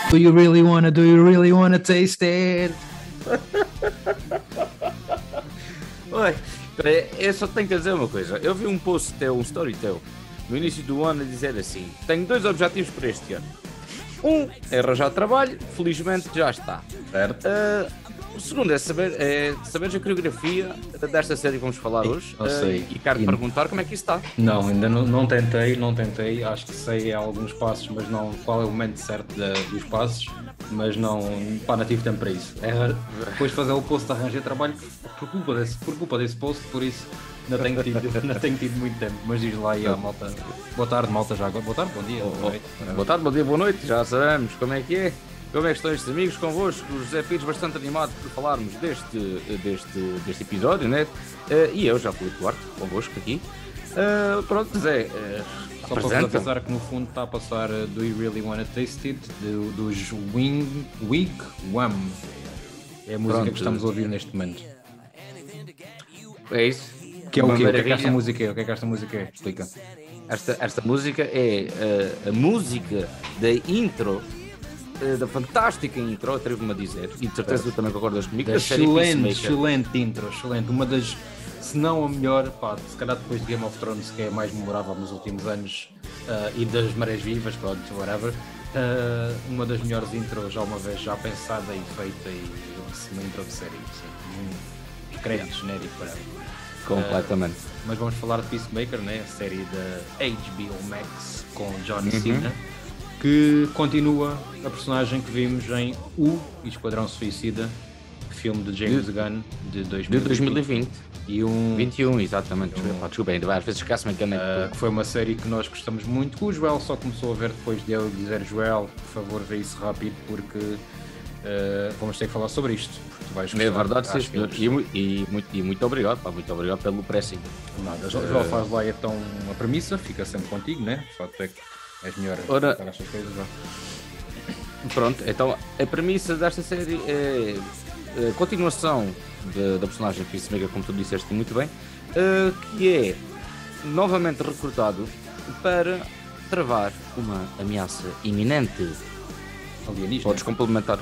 Do you really wanna taste it? Oi, eu só tenho que dizer uma coisa. Eu vi um post teu, um story teu, no início do ano a dizer assim: tenho 2 objetivos para este ano. Um é arranjar trabalho, felizmente já está. Certo. O segundo é saberes a coreografia desta série que vamos falar hoje. Não sei. E quero-te perguntar como é que isso está. Não, ainda não tentei. Acho que sei alguns passos, mas não qual é o momento certo dos passos. Mas não tive tempo para isso. Depois de fazer o post de arranjar trabalho por culpa desse post, por isso ainda tenho tido muito tempo. Mas diz lá aí, malta. Boa tarde, malta, já agora. Boa tarde, bom dia, boa noite. Boa tarde, bom dia, boa noite. Já sabemos como é que é. Como é que estão estes amigos convosco? O José Pires bastante animado por falarmos deste episódio, né? E eu já fui Duarte convosco aqui. Pronto, José. Só para avisar que no fundo está a passar Do You Really Wanna Taste It? Dos Wig Wham. É a música que estamos a ouvir neste momento. É isso? Que é o quê? O que é que esta música é? O que é que esta música é? Explica. Esta música é a música da intro, da fantástica intro, atrevo-me a dizer, e de certeza tu também concordas comigo, da excelente intro, excelente. Uma das, se não a melhor, se calhar depois de Game of Thrones, que é a mais memorável nos últimos anos, e das Marés Vivas, pronto, whatever, uma das melhores intros já uma vez já pensada e feita, e uma intro de série, assim, crédito genérico, whatever. Completamente. Mas vamos falar de Peacemaker, né? A série da HBO Max com John Cena, que continua a personagem que vimos em O Esquadrão Suicida, filme de James Gunn de 2020. E 21, exatamente. Desculpa, ainda às vezes esquece-me que foi uma série que nós gostamos muito, que o Joel só começou a ver depois de eu dizer: Joel, por favor, vê isso rápido, porque vamos ter que falar sobre isto. Tu vais gostar, é verdade, sim, senhor. E muito obrigado, muito obrigado pelo pressing. Nada, Joel faz lá então a premissa, fica sempre contigo, né? O facto é que és melhor a falar estas coisas. Pronto, então a premissa desta série é a continuação da personagem Peacemaker, como tu disseste muito bem, que é novamente recrutado para travar uma ameaça iminente. Alienígena. Podes complementar.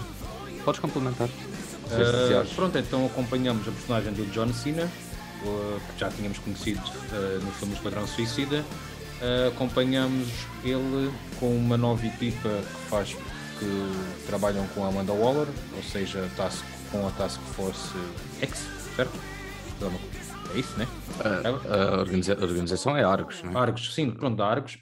Pronto, então acompanhamos a personagem do John Cena, que já tínhamos conhecido no filme Esquadrão Suicida. Acompanhamos ele com uma nova equipa que trabalham com a Amanda Waller, ou seja, com a Task Force X, certo? É isso, né? A organização é Argos, não é? Argos, sim, pronto, da Argos.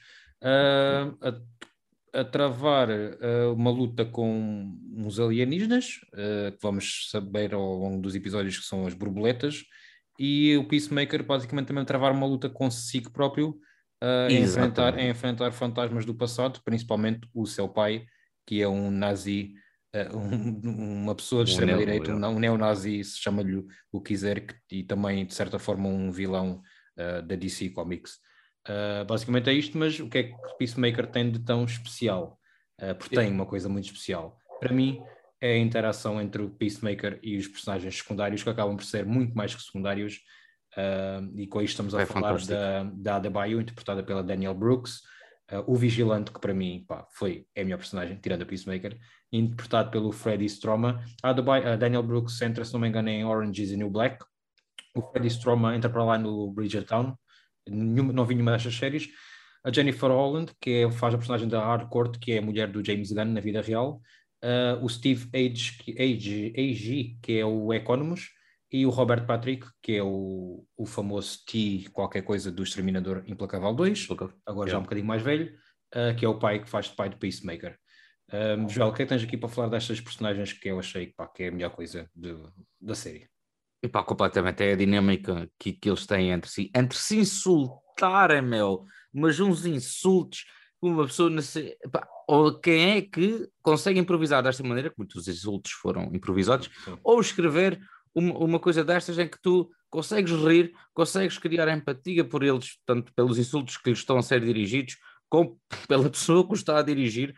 A travar uma luta com uns alienígenas, que vamos saber ao longo dos episódios, que são as borboletas, e o Peacemaker basicamente também travar uma luta consigo próprio, em enfrentar fantasmas do passado, principalmente o seu pai, que é um nazi, uma pessoa de extrema-direita, um neonazi, se chama-lhe o que quiser, e também de certa forma um vilão da DC Comics. Basicamente é isto, mas o que é que Peacemaker tem de tão especial? Porque tem uma coisa muito especial. Para mim, é a interação entre o Peacemaker e os personagens secundários, que acabam por ser muito mais que secundários, e com isto estamos a falar da Adebayo, interpretada pela Danielle Brooks, o Vigilante, que para mim é a melhor personagem, tirando a Peacemaker, interpretado pelo Freddie Stroma. A Danielle Brooks entra, se não me engano, em Orange is the New Black. O Freddie Stroma entra para lá no Bridgerton. Não vi nenhuma destas séries. A Jennifer Holland, faz a personagem da Harcourt, que é a mulher do James Gunn na vida real. O Steve Agee, que é o Economus. E o Robert Patrick, que é o famoso T qualquer coisa do Exterminador Implacável 2, agora já um bocadinho mais velho, que é o pai que faz de pai do Peacemaker. Joel, o que é que tens aqui para falar destas personagens que eu achei que é a melhor coisa da série? Completamente, é a dinâmica que eles têm entre si insultarem, mas uns insultos, uma pessoa ou quem é que consegue improvisar desta maneira, que muitos insultos foram improvisados, ou escrever uma coisa destas em que tu consegues rir, consegues criar empatia por eles, tanto pelos insultos que lhes estão a ser dirigidos, como pela pessoa que os está a dirigir.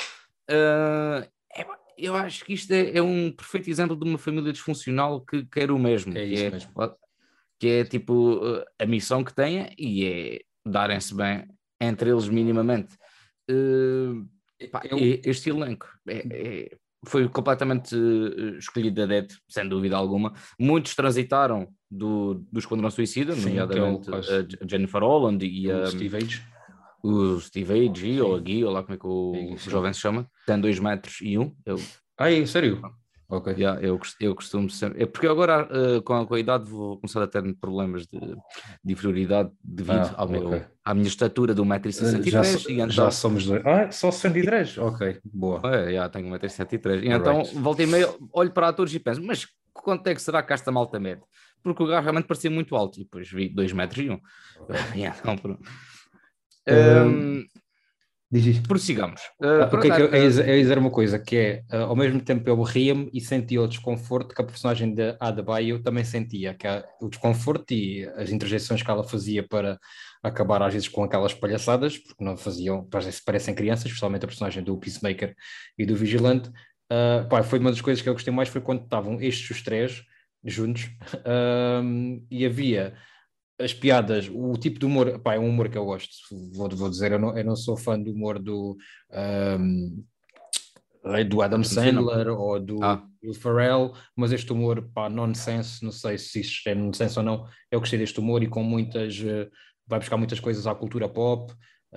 Eu acho que isto é um perfeito exemplo de uma família disfuncional que quer o mesmo. É isso mesmo. Que é tipo a missão que têm e é darem-se bem entre eles minimamente. Pá, este elenco foi completamente escolhido a dedo, sem dúvida alguma. Muitos transitaram do Esquadrão Suicida, Sim, nomeadamente que é o caso a Jennifer Holland e do Steve Age. o Steve Agee, ou a Sim, Gui, ou lá como é que o jovem se chama, tem 2 metros e 1. sério? Ok. Yeah, eu costumo sempre. É porque agora, com a idade, vou começar a ter problemas de inferioridade devido Ok. à minha estatura de Já, 1,63 m. E já então, somos dois. Só 103? Ok, boa. já tenho 1,73 m. E então, Alright. volta e meia, olho para atores e penso, mas quanto é que será que esta malta mete? Porque o gajo realmente parecia muito alto. E depois vi 2,1 m. Ok. E então, pronto. Um, diz isto. Prossigamos. Porque Pronto, é que eu ia dizer uma coisa, que é, ao mesmo tempo eu ria-me e sentia o desconforto que a personagem de Adebayo também sentia, o desconforto e as interjeições que ela fazia para acabar às vezes com aquelas palhaçadas, porque não faziam, parecem crianças, especialmente a personagem do Peacemaker e do Vigilante. Pá, foi uma das coisas que eu gostei mais, foi quando estavam estes os três juntos, e havia as piadas, o tipo de humor, pá, é um humor que eu gosto, vou dizer, eu não sou fã do humor um, do Adam Tarantino. Sandler ou do Will Ferrell, mas este humor, pá, nonsense, não sei se isto é nonsense ou não, eu gostei deste humor e com muitas, vai buscar muitas coisas à cultura pop,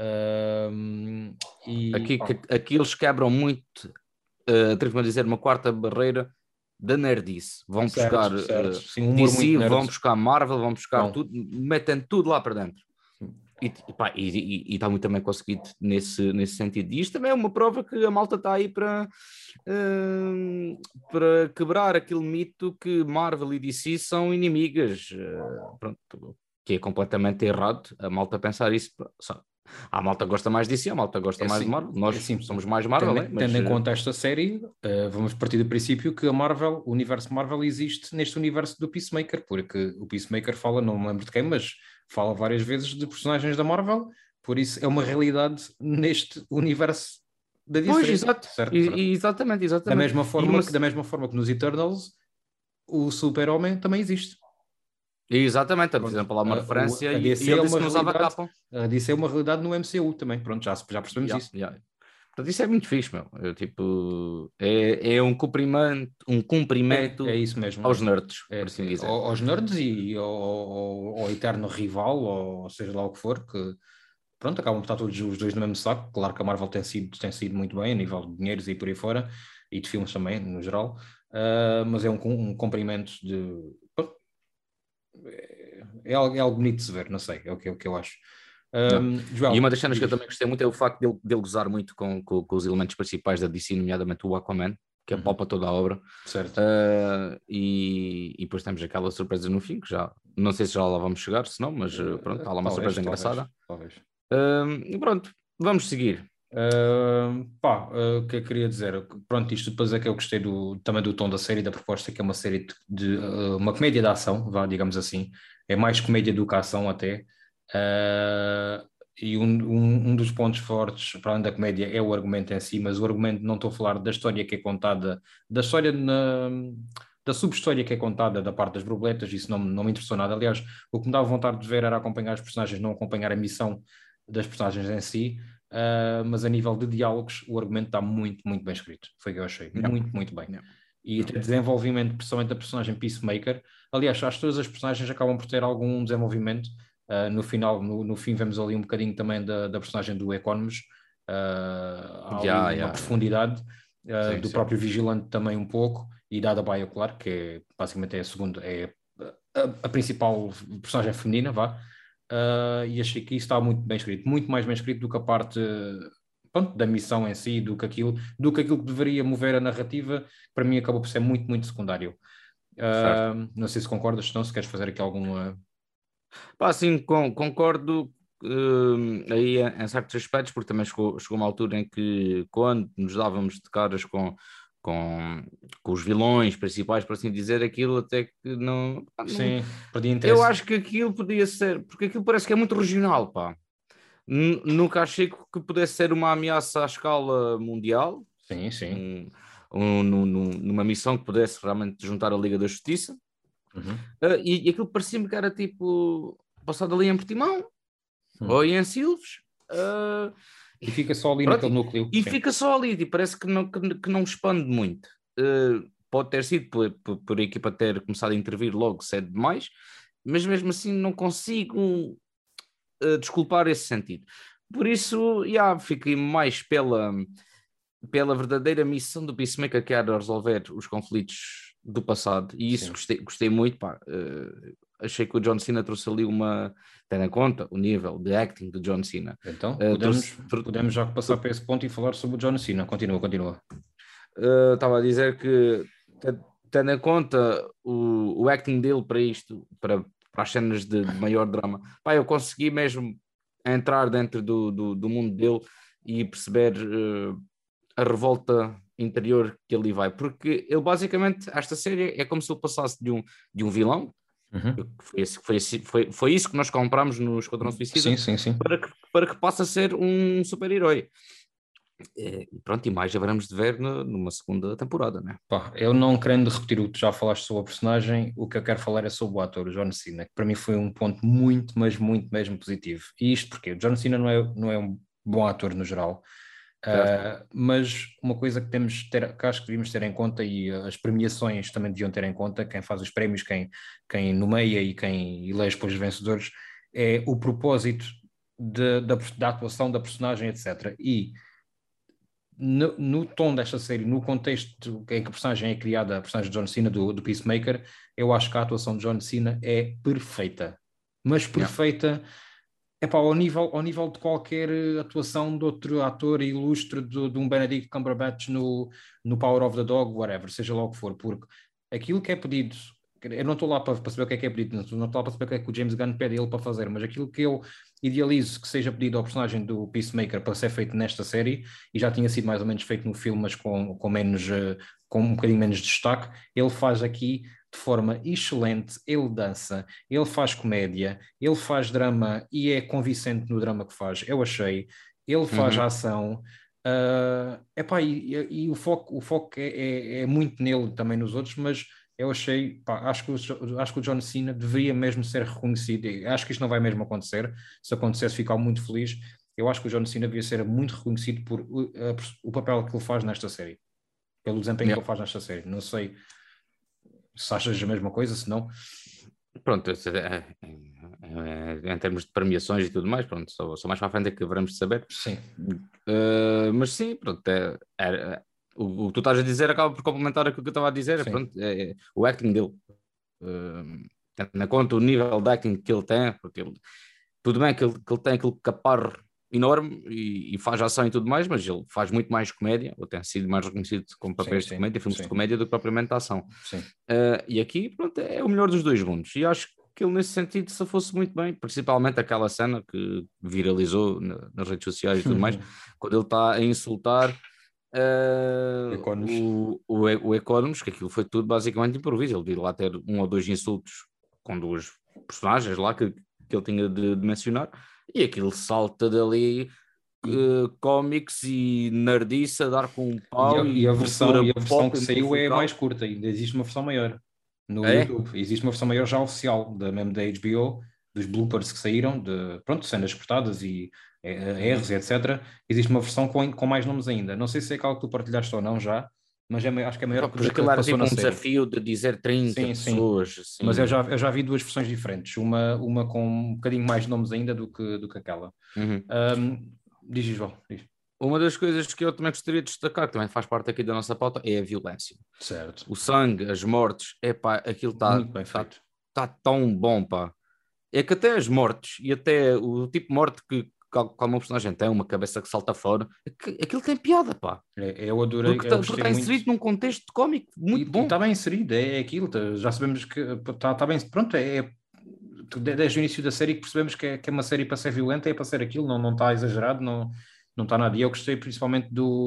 e pá, Aqui eles quebram muito, atrevo-me a dizer, uma quarta barreira da nerdice. Vão buscar certo, certo, sim, um humor muito DC, nerd, vão buscar Marvel, vão buscar não, tudo, metem tudo lá para dentro. E está muito também conseguido nesse sentido. E isto também é uma prova que a malta está aí para quebrar aquele mito que Marvel e DC são inimigas. Pronto, que é completamente errado a malta pensar isso. A malta gosta mais de DC, a malta gosta é mais de assim, Marvel. é Nós assim, somos mais Marvel, né? Mas tendo em conta esta série, vamos partir do princípio que a Marvel, o universo Marvel existe neste universo do Peacemaker, porque o Peacemaker fala, não me lembro de quem, mas fala várias vezes de personagens da Marvel, por isso é uma realidade neste universo da pois, DC, exato. certo? Pronto. Exatamente, Da exatamente. mesma E forma que, da mesma forma que nos Eternals, o Super-Homem também existe. exatamente, Pronto. fizeram para lá uma referência A e DC é ele disse uma que não usava realidade, capa. a DC é uma realidade no MCU também, pronto, já percebemos Yeah, isso. yeah. Portanto, isso é muito fixe, meu. Tipo, é um É cumprimento isso mesmo. aos nerds, por assim É, dizer. aos nerds e ao eterno rival, ou seja lá o que for, que pronto, acabam por estar todos os dois no mesmo saco. Claro que a Marvel tem sido muito bem a nível de dinheiros e por aí fora, e de filmes também, no geral. Mas é um cumprimento de. Pronto, é algo bonito de se ver, não sei, é o que eu acho. Yeah. E uma Joel, das cenas que eu diz. também gostei muito é o facto dele gozar muito com os elementos principais da DC, nomeadamente o Aquaman, que Uhum, apalpa toda a obra. certo. E depois temos aquela surpresa no fim, que já não sei se já lá vamos chegar, se não, mas pronto, há lá uma Talvez, surpresa talvez, engraçada. talvez. E pronto, vamos seguir. O que eu queria dizer? Pronto, isto depois é que eu gostei também do tom da série, da proposta, que é uma série uma comédia de ação, vá, digamos assim. É mais comédia do que ação até. E um dos pontos fortes, para além da comédia, é o argumento em si, mas o argumento não estou a falar da história que é contada, da história da sub-história que é contada da parte das borboletas, isso não me interessou nada. Aliás, o que me dava vontade de ver era acompanhar os personagens, não acompanhar a missão das personagens em si. Mas a nível de diálogos, o argumento está muito, muito bem escrito. Foi o que eu achei. Yeah. Muito, muito bem. Yeah. E até desenvolvimento, principalmente da personagem Peacemaker. Aliás, acho que todas as personagens acabam por ter algum desenvolvimento. No final, no fim, vemos ali um bocadinho também da personagem do Economos. Há ali uma Yeah. profundidade. Sim, Do sim. próprio Vigilante também um pouco. E da Adabayo, claro, que basicamente é a segunda, é a principal personagem feminina, vá. E achei que isso estava muito bem escrito, muito mais bem escrito do que a parte, pronto, da missão em si, do que aquilo que deveria mover a narrativa, para mim acabou por ser muito, muito secundário. Certo. Não sei se concordas, se não, se queres fazer aqui algum. Pá, sim, concordo aí em certos aspectos, porque também chegou uma altura em que, quando nos dávamos de caras com, com os vilões principais, por assim dizer, aquilo até que não, pá, Sim, perdi eu interesse. acho que aquilo podia ser, porque aquilo parece que é muito regional, pá. Nunca achei que pudesse ser uma ameaça à escala mundial, Sim, sim. um- numa missão que pudesse realmente juntar a Liga da Justiça. Uhum. E aquilo parecia-me que era tipo passado ali em Portimão Uhum. ou em Silves. E fica só ali Pronto, naquele núcleo. e Sim. fica só ali, e parece que não expande muito. Pode ter sido por a equipa ter começado a intervir logo cedo demais, mas mesmo assim não consigo desculpar esse sentido. Por isso, fiquei mais pela verdadeira missão do Peacemaker, que era resolver os conflitos do passado, e isso Sim. gostei muito, pá. Achei que o John Cena trouxe ali tendo em conta o nível de acting do John Cena. Então, Trouxe, podemos já passar para esse ponto e falar sobre o John Cena. Continua. estava a dizer que, tendo em conta o acting dele para isto, para as cenas de maior drama, pá, eu consegui mesmo entrar dentro do mundo dele e perceber a revolta interior que ele vai, porque ele basicamente, esta série é como se ele passasse de um vilão, Uhum. foi isso que nós compramos no Esquadrão Suicida, Sim. para que passe a ser um super-herói. E pronto, e mais haveremos de ver numa segunda temporada, né? Pá, eu não querendo repetir o que tu já falaste sobre a personagem, o que eu quero falar é sobre o ator, o John Cena, que para mim foi um ponto muito, mas muito mesmo positivo. E isto porque o John Cena não é um bom ator no geral. Certo? Mas uma coisa que temos de ter, que acho que devíamos ter em conta, e as premiações também deviam ter em conta, quem faz os prémios, quem nomeia e quem elege depois os vencedores, é o propósito da atuação da personagem, etc. E no tom desta série, no contexto em que a personagem é criada, a personagem de John Cena, do Peacemaker, eu acho que a atuação de John Cena é perfeita. Mas Yeah. perfeita, epá, ao nível de qualquer atuação de outro ator ilustre, de um Benedict Cumberbatch no Power of the Dog, whatever, seja lá o que for, porque aquilo que é pedido, eu não estou lá para saber o que é pedido, não estou lá para saber o que é que o James Gunn pede a ele para fazer, mas aquilo que eu idealizo que seja pedido ao personagem do Peacemaker para ser feito nesta série, e já tinha sido mais ou menos feito no filme, mas com menos, com um bocadinho menos destaque, ele faz aqui de forma excelente, ele dança, ele faz comédia, ele faz drama e é convincente no drama que faz, eu achei. Ele faz Uhum. ação. Epá, e o foco é muito nele também nos outros, mas eu achei, pá, acho que o John Cena deveria mesmo ser reconhecido. E acho que isto não vai mesmo acontecer. Se acontecesse, ficava muito feliz. Eu acho que o John Cena devia ser muito reconhecido por o papel que ele faz nesta série, pelo desempenho Yeah. que ele faz nesta série. Não sei se achas a mesma coisa, se não. Pronto, em termos de premiações e tudo mais, pronto, só mais para a frente é que veremos de saber. Sim. Mas sim, pronto, o que tu estás a dizer acaba por complementar aquilo que eu estava a dizer, Sim. pronto, o acting dele. Tendo na conta o nível de acting que ele tem, porque tudo bem que ele tem aquele caparro enorme e faz ação e tudo mais, mas ele faz muito mais comédia, ou tem sido mais reconhecido com papéis de comédia, filmes de Sim. comédia, do que propriamente ação. Sim. E aqui, pronto, é o melhor dos dois mundos. E acho que ele, nesse sentido, se fosse muito bem, principalmente aquela cena que viralizou nas redes sociais e tudo mais, quando ele está a insultar Economos. o Economos, que aquilo foi tudo basicamente improviso. Ele devia lá ter um ou dois insultos com duas personagens lá que ele tinha de mencionar, e aquilo salta dali. Cómics e nerdice a dar com um E a, pau e e a versão, cultura e a versão pop que e saiu é mais musical. curta, ainda existe uma versão maior no É? YouTube. Existe uma versão maior já oficial, mesmo da HBO, dos bloopers que saíram, de cenas cortadas e erros Uhum. e etc. Existe uma versão com mais nomes ainda. Não sei se é aquela que tu partilhaste ou não já, mas acho que é maior Epá, que pois da que aquilo era passou tipo na um série. desafio de dizer 30 Sim. pessoas, Mas eu assim. já vi duas versões diferentes, uma com um bocadinho mais nomes ainda do que aquela. Uhum. Diz, João, diz. Uma das coisas que eu também gostaria de destacar, que também faz parte aqui da nossa pauta, é a violência. Certo. O sangue, as mortes, epá, aquilo está Muito bem tá, feito. tá tão bom, pá. É que até as mortes e até o tipo de morte que uma personagem tem, uma cabeça que salta fora, aquilo tem piada, pá. Eu adorei, eu Porque gostei está muito. inserido num contexto cómico E muito bom. está bem inserido, é aquilo, já sabemos que está bem, pronto, desde o início da série que percebemos que é uma série para ser violenta, é para ser aquilo, não está exagerado, não está nada. E eu gostei principalmente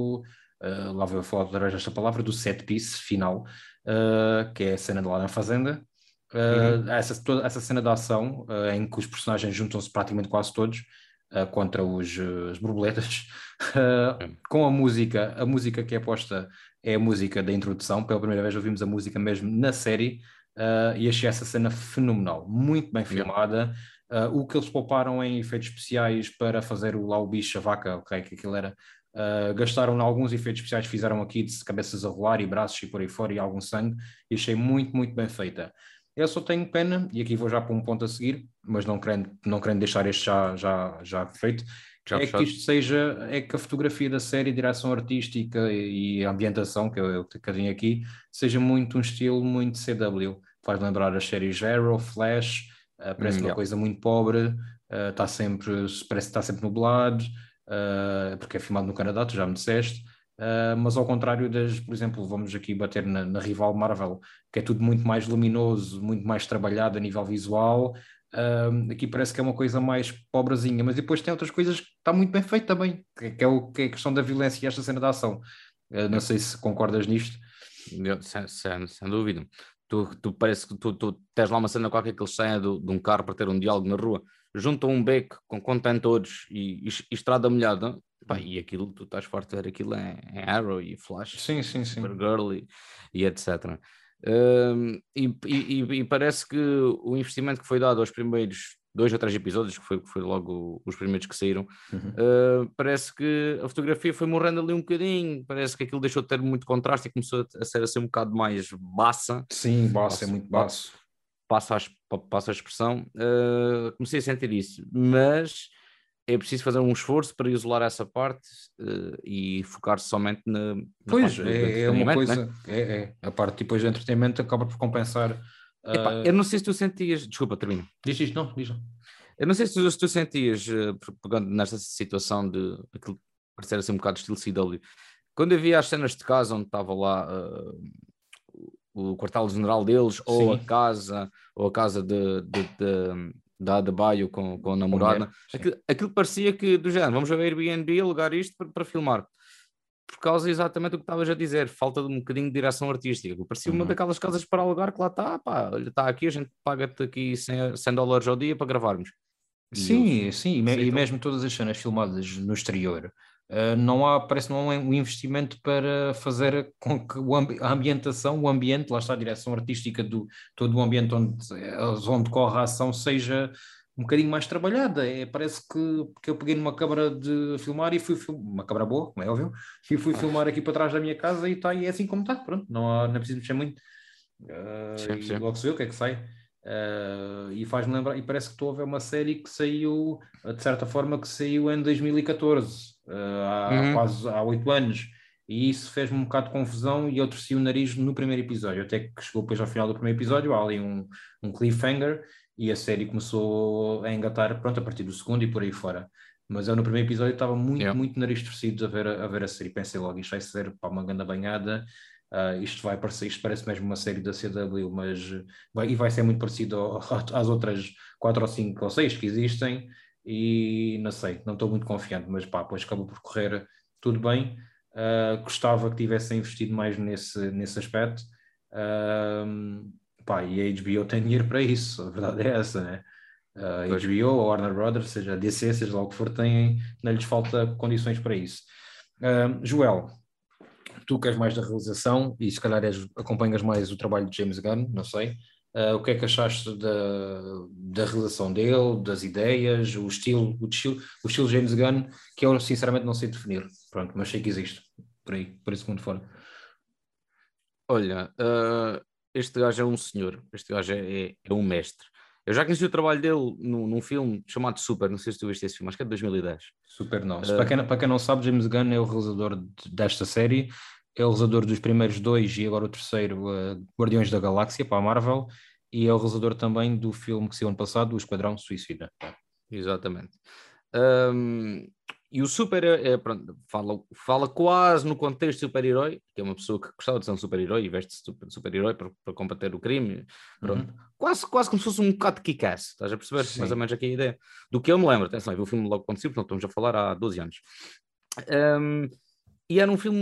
lá vou falar outra vez esta palavra, do set piece final, que é a cena de lá na fazenda. Uhum. Toda essa cena de ação, em que os personagens juntam-se praticamente quase todos, contra as borboletas, com a música que é posta é a música da introdução. Pela primeira vez ouvimos a música mesmo na série, e achei essa cena fenomenal, muito bem Yeah. filmada. O que eles pouparam em efeitos especiais para fazer lá o bicho, a vaca, o que é que aquilo era, gastaram em alguns efeitos especiais, fizeram aqui de cabeças a rolar e braços e por aí fora e algum sangue, e achei muito, muito bem feita. Eu só tenho pena, e aqui vou já para um ponto a seguir, mas não querendo deixar este já feito, Já é que fechado? isto seja, é que a fotografia da série, direção artística e a ambientação, que eu tenho aqui, seja muito um estilo muito CW. Faz lembrar as séries Arrow, Flash, parece uma Yeah. coisa muito pobre, parece que está sempre nublado, porque é filmado no Canadá, tu já me disseste. Mas ao contrário por exemplo, vamos aqui bater na rival Marvel, que é tudo muito mais luminoso, muito mais trabalhado a nível visual. Aqui parece que é uma coisa mais pobrezinha, mas depois tem outras coisas que está muito bem feito também, que é a questão da violência e esta cena da ação. Não Yeah. sei se concordas nisto. Sem dúvida. Tu parece que tu tens lá uma cena qualquer que eles saem de um carro para ter um diálogo na rua, juntam um beco com contentores e estrada molhada, pá, e aquilo, tu estás farto de ver aquilo em Arrow e Flash Sim, e sim, sim. Supergirl e etc. E parece que o investimento que foi dado aos primeiros 2 ou 3 episódios, que foi logo os primeiros que saíram, Uhum. parece que a fotografia foi morrendo ali um bocadinho, parece que aquilo deixou de ter muito contraste e começou a ser assim um bocado mais baça, Sim, baço, é passo, muito pa- baço. passo a expressão. Comecei a sentir isso, mas é preciso fazer um esforço para isolar essa parte e focar-se somente na parte Pois, do é uma entretenimento, né? coisa, a parte depois de entretenimento acaba por compensar. Epá, eu não sei se tu sentias, desculpa, termino. Diz isto, não, diz não. Eu não sei se tu sentias, pegando nesta situação de aquilo parecer assim um bocado estilo CW, quando havia as cenas de casa onde estava lá o quartel-general deles, Sim, ou a casa da Adebayo com a com a namorada, mulher, sim. aquilo parecia que, do género, vamos ao Airbnb alugar isto para filmar. Por causa exatamente do que estavas a dizer, falta de um bocadinho de direção artística. Parecia uma Uhum. daquelas casas para alugar que lá está, pá, olha, está aqui, a gente paga-te aqui $100 ao dia para gravarmos. E eles, Sim, sim, e aceitam. mesmo todas as cenas filmadas no exterior, não há, parece que não há um investimento para fazer com que a ambientação, o ambiente, lá está a direção artística do todo o ambiente onde corre a ação seja um bocadinho mais trabalhada. Parece que eu peguei numa câmara de filmar e fui filmar, uma câmara boa, como é óbvio, e fui Ah, filmar aqui para trás da minha casa e está, e é assim como está, pronto, não é preciso mexer muito. sim, E sim. logo se vê o que é que sai. E faz-me lembrar, e parece que estou a ver uma série que saiu, de certa forma, que saiu em 2014, há Uhum. quase há 8 anos, e isso fez-me um bocado de confusão e eu torci o nariz no primeiro episódio, até que chegou depois ao final do primeiro episódio, há ali um cliffhanger, e a série começou a engatar, pronto, a partir do segundo e por aí fora. Mas eu no primeiro episódio estava muito, Yeah. muito nariz torcido a ver a série. Pensei logo, isto vai ser para uma grande banhada. Isto vai parecer, isto parece mesmo uma série da CW, mas vai ser muito parecido às outras 4 ou 5 ou 6 que existem, e não sei, não estou muito confiante, mas pá, pois acabou por correr tudo bem. Gostava que tivessem investido mais nesse aspecto. Pá, e a HBO tem dinheiro para isso, a verdade é essa, né? A Pois. HBO, a Warner Brothers, seja a DC, seja lá o que for, não lhes falta condições para isso. Joel, tu que és mais da realização e se calhar acompanhas mais o trabalho de James Gunn, não sei. O que é que achaste da realização dele, das ideias, o estilo James Gunn, que eu sinceramente não sei definir. Pronto, mas sei que existe por esse mundo fora. Olha, este gajo é um senhor, este gajo é um mestre. Eu já conheci o trabalho dele num filme chamado Super, não sei se tu viste esse filme, acho que é de 2010. Super não. Para Uh, quem não sabe, James Gunn é o realizador desta série, é o realizador dos primeiros dois e agora o terceiro, Guardiões da Galáxia, para a Marvel, e é o realizador também do filme que saiu ano passado, O Esquadrão Suicida. Exatamente. E o super pronto, fala quase no contexto de super-herói, que é uma pessoa que gostava de ser um super-herói e veste-se de super-herói para combater o crime, pronto. Uhum. Quase como se fosse um bocado de kick-ass, estás a perceber? Mais ou Sim. menos aqui a ideia. Do que eu me lembro, atenção, eu vi o filme logo quando saiu, portanto estamos a falar há 12 anos. Um, e era um filme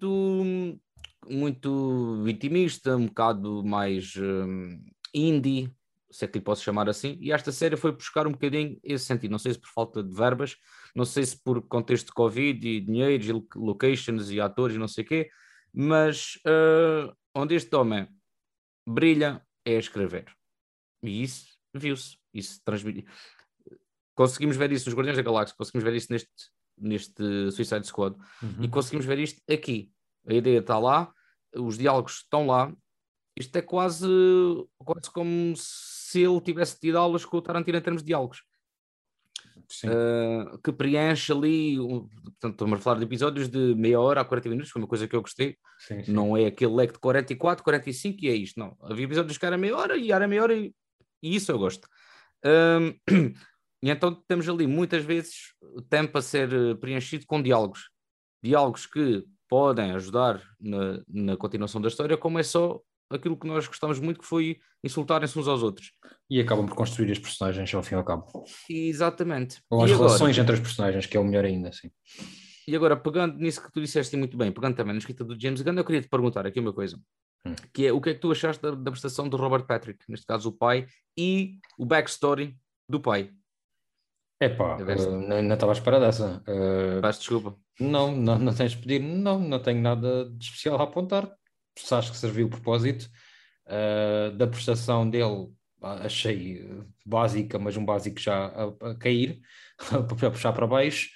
muito vitimista, um bocado mais indie, se é que lhe posso chamar assim, e esta série foi buscar um bocadinho esse sentido, não sei se por falta de verbas, não sei se por contexto de Covid e dinheiros e locations e atores e não sei o quê, mas onde este homem brilha é a escrever. E isso viu-se, isso transmitiu. conseguimos ver isso nos Guardiões da Galáxia, conseguimos ver isso neste Suicide Squad, e conseguimos ver isto aqui. A ideia está lá, os diálogos estão lá. Isto é quase como se ele tivesse tido aulas com o Tarantino em termos de diálogos. Que preenche ali, portanto, estamos a falar de episódios de meia hora a 40 minutos, foi uma coisa que eu gostei. Sim. Não é aquele leque de 44, 45 e é isto, não. Havia episódios que era meia hora e isso eu gosto. E então temos ali muitas vezes o tempo a ser preenchido com diálogos que podem ajudar na continuação da história, como é só aquilo que nós gostamos muito, que foi insultarem-se uns aos outros. E acabam por construir as personagens ao fim e ao cabo. Exatamente. Ou as relações entre as personagens, que é o melhor ainda, sim. E agora, pegando nisso que tu disseste muito bem, pegando também na escrita do James Gunn, eu queria te perguntar aqui uma coisa, que é o que é que tu achaste da prestação do Robert Patrick, neste caso o pai, e o backstory do pai? Epá, não estava à espera dessa. Peço desculpa. Não tens de pedir, não tenho nada de especial a apontar. Se acho que serviu o propósito da prestação dele, achei básica, mas um básico já a cair, para puxar para baixo.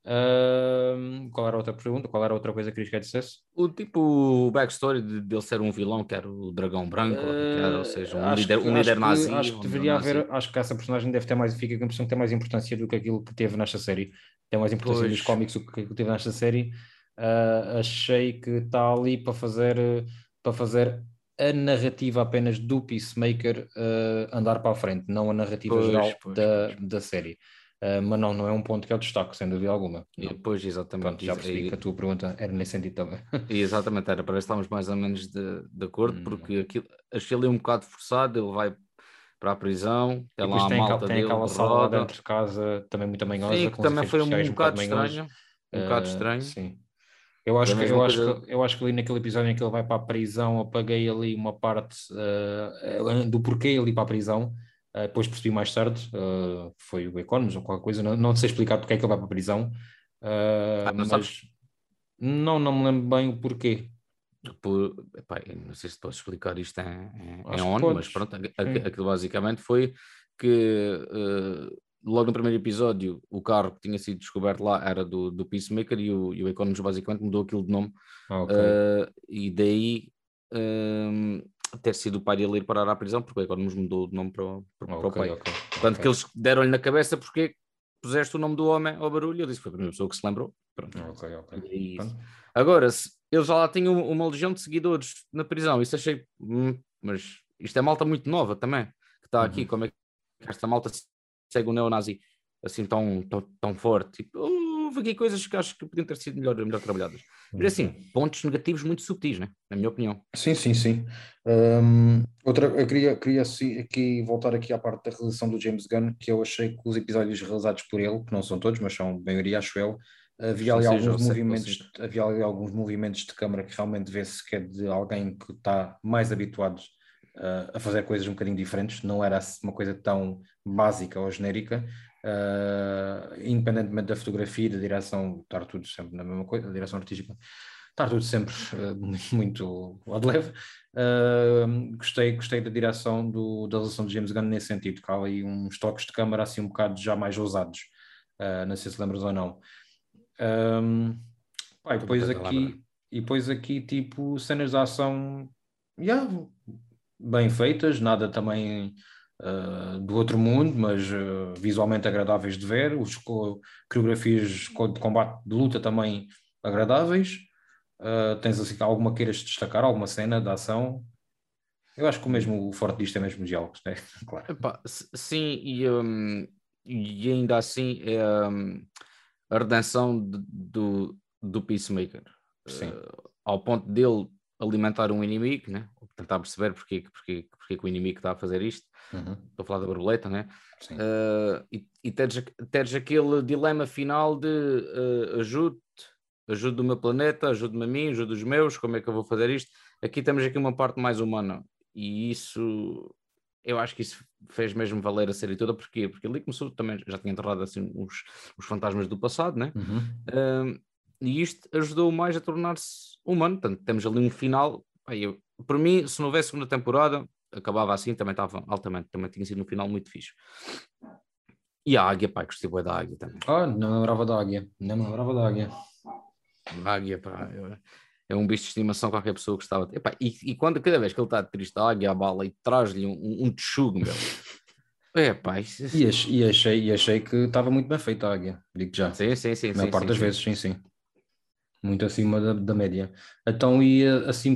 Qual era a outra pergunta? Qual era a outra coisa que querias que eu dissesse? O backstory dele ser um vilão, que era o dragão branco, ou seja, um líder nazi. Acho que deveria haver, acho que essa personagem deve ter mais, fica com a impressão que tem mais importância do que aquilo que teve nesta série. Tem mais importância nos cómics do que teve nesta série. Achei que está ali para fazer a narrativa apenas do Peacemaker andar para a frente, não a narrativa geral da série. Mas não é um ponto que eu destaco, sem dúvida alguma. Pois, exatamente. Pronto, já percebi que a tua pergunta era nesse sentido também. Exatamente, era para estarmos mais ou menos de acordo, porque achei ali um bocado forçado, ele vai para a prisão, tem lá a malta dele, aquela sala lá dentro de casa também muito manhosa. Sim, que também foi um bocado estranho. Um bocado estranho. Sim. Eu acho que ali naquele episódio em que ele vai para a prisão, apaguei ali uma parte do porquê ele ir para a prisão. Depois percebi mais tarde, foi o Economist ou qualquer coisa, não sei explicar porque é que ele vai para a prisão, mas não me lembro bem o porquê. Não sei se posso explicar isto em ONU, mas pronto, aquilo basicamente foi que logo no primeiro episódio o carro que tinha sido descoberto lá era do Peacemaker e o Economist basicamente mudou aquilo de nome. E daí ter sido o pai dele ir parar à prisão, porque o Economist mudou de nome para o pai. Portanto, que eles deram-lhe na cabeça porque puseste o nome do homem ao barulho. Eu disse, foi a primeira pessoa que se lembrou. Pronto. Agora, eles já lá tinham uma legião de seguidores na prisão, isso achei, mas isto é malta muito nova também, que está aqui, como é que esta malta segue o neonazi assim tão forte? Tipo, houve aqui coisas que acho que podiam ter sido melhor trabalhadas. Mas assim, pontos negativos muito subtis, né? Na minha opinião. Sim. Eu queria aqui voltar aqui à parte da realização do James Gunn, que eu achei que os episódios realizados por ele, que não são todos, mas são a maioria, acho eu, havia ali alguns movimentos de câmara que realmente vê-se que é de alguém que está mais habituado a fazer coisas um bocadinho diferentes, não era uma coisa tão básica ou genérica, independentemente da fotografia e da direção, estar tudo sempre na mesma coisa, a direção artística, estar tudo sempre muito ao de leve. Gostei da direção da relação de James Gunn nesse sentido, que há aí uns toques de câmara assim um bocado já mais ousados, não sei se lembras ou não. Depois aqui tipo cenas de ação bem feitas, nada também do outro mundo, mas visualmente agradáveis de ver, os coreografias de combate de luta também agradáveis. Tens assim alguma queiras destacar, alguma cena de ação? Eu acho que o forte disto é mesmo os diálogos, né? Claro. Sim, e ainda assim é a redenção do Peacemaker. Ao ponto dele alimentar um inimigo, né? Tentar perceber porque o inimigo está a fazer isto. Estou a falar da borboleta, né? E teres aquele dilema final de ajude o meu planeta, ajude-me a mim, ajude os meus, como é que eu vou fazer isto? Aqui temos uma parte mais humana, e isso, eu acho que isso fez mesmo valer a série toda. Porquê? Porque ali começou também, já tinha enterrado assim os fantasmas do passado, né? E isto ajudou mais a tornar-se humano. Portanto, temos ali um final. Por mim, se não houvesse segunda temporada, acabava assim, também estava altamente, também tinha sido um final muito fixe. E a águia, pá, gostei bué da águia também. Não me lembrava da águia. Não me lembrava da águia. A águia, pá, é um bicho de estimação, qualquer pessoa gostava. Epá, e quando, cada vez que ele está triste, a águia abala e traz-lhe um texugo, meu. É, pá, E achei que estava muito bem feita a águia, digo já. sim, sim, sim, A maior sim, parte sim, das sim. vezes, sim, sim. Muito acima da média. Então, e assim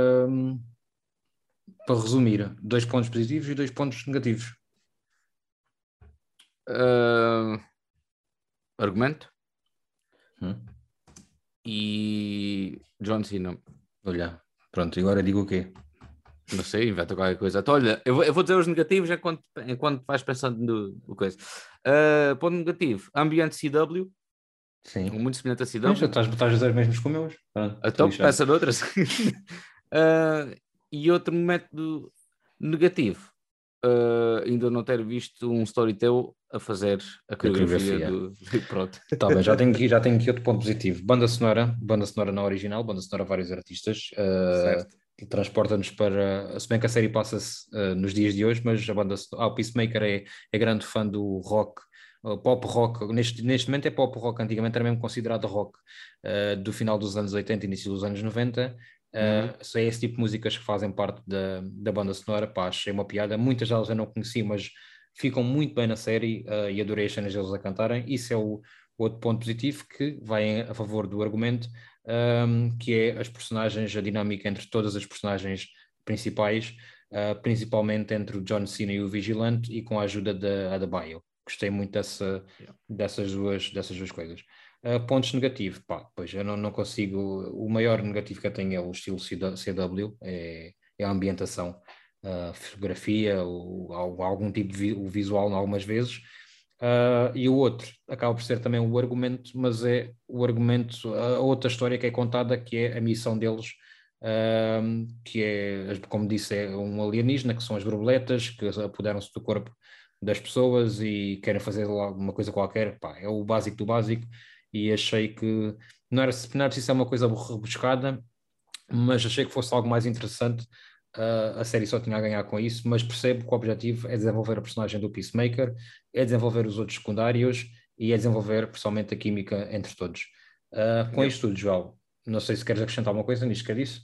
para resumir, 2 pontos positivos e 2 pontos negativos. Ah, argumento Hum? e John Cena. Olha, pronto, e agora digo o quê? Não sei, inventa qualquer coisa. Então, olha, eu vou dizer os negativos enquanto vais pensando no coisa. Ponto negativo, ambiente CW, Sim. muito semelhante a Pois, já CW. estás a dizer os mesmos que os meus. Pronto, estou Então, lixado. peça de outras. E outro momento negativo, ainda não ter visto um Storytel a fazer a Da coreografia coreografia. do. Pronto. Está bem, já tenho aqui outro ponto positivo. Banda sonora na original, banda sonora vários artistas, Certo. que transporta-nos para. Se bem que a série passa-se nos dias de hoje, mas o Peacemaker é grande fã do rock, pop rock. Neste momento é pop rock, antigamente era mesmo considerado rock, do final dos anos 80, início dos anos 90. Uhum. É esse tipo de músicas que fazem parte da banda sonora. Pá, achei uma piada. Muitas delas eu não conheci, mas ficam muito bem na série, e adorei as cenas deles a cantarem. Isso é o outro ponto positivo que vai a favor do argumento, que é as personagens, a dinâmica entre todas as personagens principais, principalmente entre o John Cena e o Vigilante, e com a ajuda da Adebayo. Gostei muito Yeah. dessas duas coisas. Pontos negativos, pá, pois eu não consigo. O maior negativo que eu tenho é o estilo CW, é a ambientação, fotografia, algum tipo de o visual, algumas vezes. E o outro acaba por ser também o argumento, mas é o argumento, a outra história que é contada, que é a missão deles, que é, como disse, é um alienígena, que são as borboletas, que apoderam-se do corpo das pessoas e querem fazer lá uma coisa qualquer. Pá, é o básico do básico, e achei que não era preciso ser uma coisa rebuscada, mas achei que fosse algo mais interessante. A série só tinha a ganhar com isso, mas percebo que o objetivo é desenvolver a personagem do Peacemaker, é desenvolver os outros secundários e é desenvolver pessoalmente a química entre todos. Com Yep. isto tudo, João, não sei se queres acrescentar alguma coisa nisto que é disso?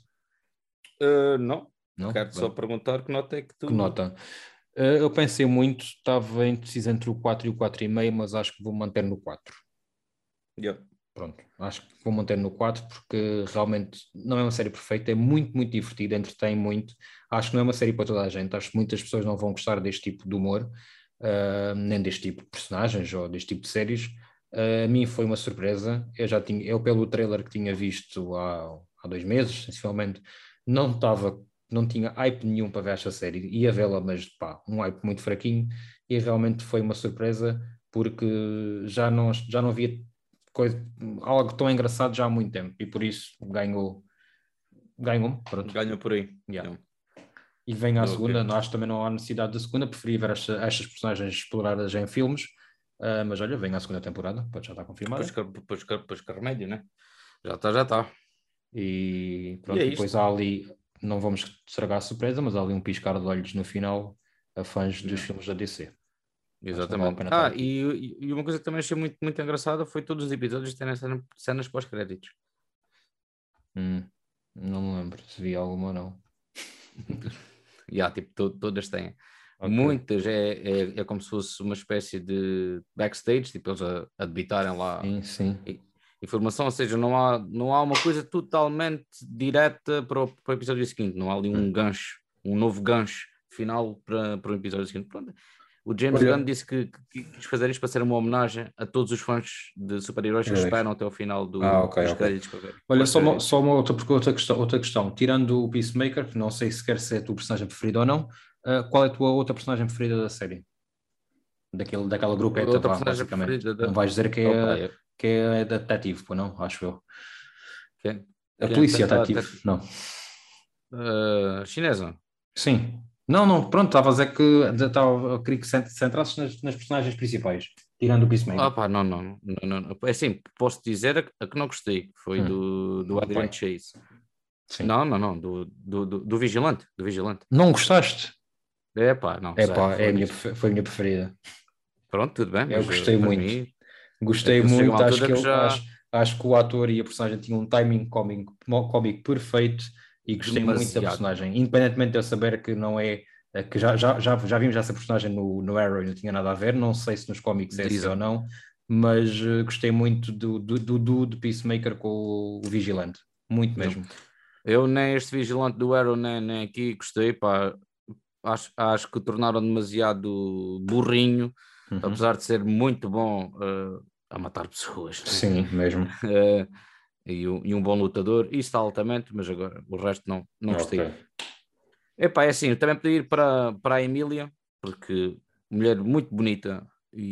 Não, Não? quero só perguntar que nota é que Que tu. nota? Eu pensei muito, estava indeciso entre o 4 e o 4,5, mas acho que vou manter no 4. Yep. Pronto, acho que vou manter no 4 porque realmente não é uma série perfeita, é muito, muito divertida, entretém muito. Acho que não é uma série para toda a gente, acho que muitas pessoas não vão gostar deste tipo de humor, nem deste tipo de personagens ou deste tipo de séries. A mim foi uma surpresa, eu pelo trailer que tinha visto há 2 meses, sensivelmente, não estava, não tinha hype nenhum para ver esta série, ia vê-la, mas pá, um hype muito fraquinho, e realmente foi uma surpresa porque já não havia coisa, algo tão engraçado já há muito tempo, e por isso ganhou, pronto. Ganha por aí. Yeah. Yeah. E vem à Ok. segunda, acho que também não há necessidade da segunda, preferi ver estas personagens exploradas em filmes, mas olha, vem à segunda temporada, pode já estar Pois, confirmada. pois que remédio, né? Já está, já está. E E é pronto, e depois isto. há ali, não vamos estragar a surpresa, mas há ali um piscar de olhos no final a fãs dos Yeah. filmes da DC. Acho que não vale a Exatamente. pena estar aqui. E uma coisa que também achei muito, muito engraçada foi todos os episódios terem cenas pós-créditos. Não me lembro se vi alguma ou não. Tipo, todas têm. Ok. Muitas é como se fosse uma espécie de backstage, tipo, eles a debitarem lá Sim, sim. informação, ou seja, não há uma coisa totalmente direta para o episódio seguinte, não há ali um Hum. gancho, um novo gancho final para o episódio seguinte. Pronto. O James Gunn Olha, disse que quis fazer isto para ser uma homenagem a todos os fãs de super-heróis que heróis. esperam até ao final Ok, dos ok. créditos para ver. Olha, só uma, Pós-créditos. só uma outra questão. Tirando o Peacemaker, que não sei se quer ser a tua personagem preferida ou não, qual é a tua outra personagem preferida da série? Daquela grupeta, Outra vá, personagem basicamente. preferida Não da. vais dizer que Opa, é, que é detetive, pô, não? Acho eu. quem, A quem é polícia detetive, não. chinesa. Sim. Não, não, pronto, estava a dizer que eu queria que centrasses nas personagens principais, tirando o Ah, Peacemaker. pá, não, não, não, não. É assim, posso dizer a que não gostei, que foi do Do Adrian pai. Chase. Sim. Não, não, não, do Vigilante, do Vigilante. Não gostaste? É pá, não, É zero, pá, Fónix. foi a minha preferida. Pronto, tudo bem. Eu Mas gostei para muito. mim, Gostei aquilo chega a muito, uma acho altura que que já acho que o ator e a personagem tinham um timing cómico perfeito e gostei muito da demasiado. personagem, independentemente de eu saber que não é, que já vimos essa personagem no Arrow e não tinha nada a ver, não sei se nos cómics é assim ou Exato. não, mas gostei muito do Peacemaker com o Vigilante, muito Não. mesmo. Eu nem este vigilante do Arrow, nem aqui gostei, pá. Acho que o tornaram demasiado burrinho, Uhum. apesar de ser muito bom a matar pessoas, né? Sim, mesmo. Eh, e um bom lutador, isso está altamente, mas agora o resto não Ok. gostei. Epá, é assim, eu também podia ir para a Emília, porque mulher muito bonita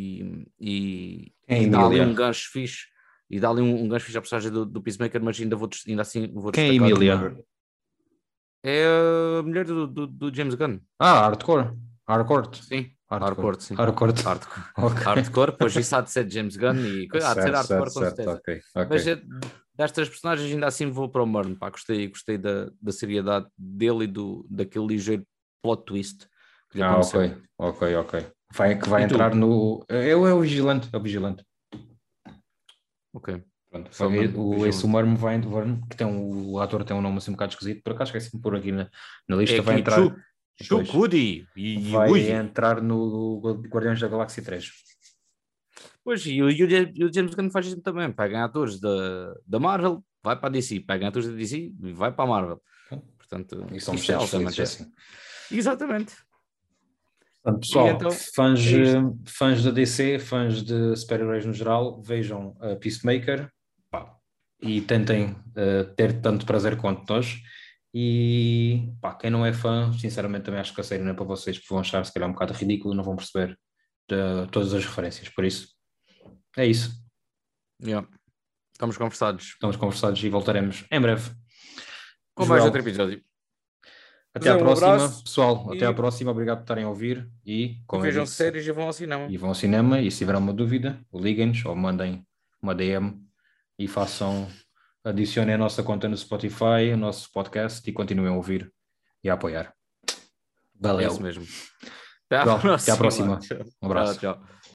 Quem é e dá ali um Emília? gancho fixe, e dá ali um gancho fixe à personagem do Peacemaker, mas ainda assim vou Quem é destacar Emília? uma. É a mulher do James Gunn. Ah, Hardcore. Hardcore. Sim, Hardcore. hardcore, sim. Hardcore. Hardcore, Ok. hardcore, pois isso há de ser James Gunn e há de ser Certo, certo, hardcore com certo. certeza. Ok, ok. Mas destas personagens ainda assim vou para o Murn, pá, gostei da seriedade dele e daquele ligeiro plot twist que lhe Ah, ok, aconteceu. ok, ok. Vai E tu? entrar no. É o Vigilante, é o Vigilante. Ok, Pronto, só mesmo esse vigilante. Humor vai, que tem o ator tem um nome assim um bocado esquisito, por acaso esqueci de pôr aqui na É lista, vai aqui entrar, depois, Chukudi e vai Uzi. entrar no Guardiões da Galáxia 3. Pois, e o James Gunn faz isso também. Pega atores da Marvel, vai para a DC. Pega atores da DC e vai para a Marvel. Portanto, E somos isso é todos felizes altamente. assim. Exatamente. Portanto, E pessoal, então, é isto. fãs da DC, fãs de super-heróis no geral, vejam a Peacemaker, pá, e tentem ter tanto prazer quanto nós. E pá, quem não é fã, sinceramente também acho que a série não é para vocês, porque vão achar se calhar um bocado ridículo e não vão perceber todas as referências. Por isso, é isso. Yeah. Estamos conversados. Estamos conversados e voltaremos em breve. Com mais outro Joel, episódio. até à Zé, um próxima. abraço Pessoal, até à e, próxima. Obrigado por estarem a ouvir. E, e como eu vejam disse, séries e vão ao cinema. e vão ao cinema. E se tiver uma dúvida, liguem-nos ou mandem uma DM e adicionem a nossa conta no Spotify, o nosso podcast e continuem a ouvir e a apoiar. É isso Valeu. mesmo. Até à Joel, até à próxima. próxima. Tchau, Um tchau. abraço. Tchau.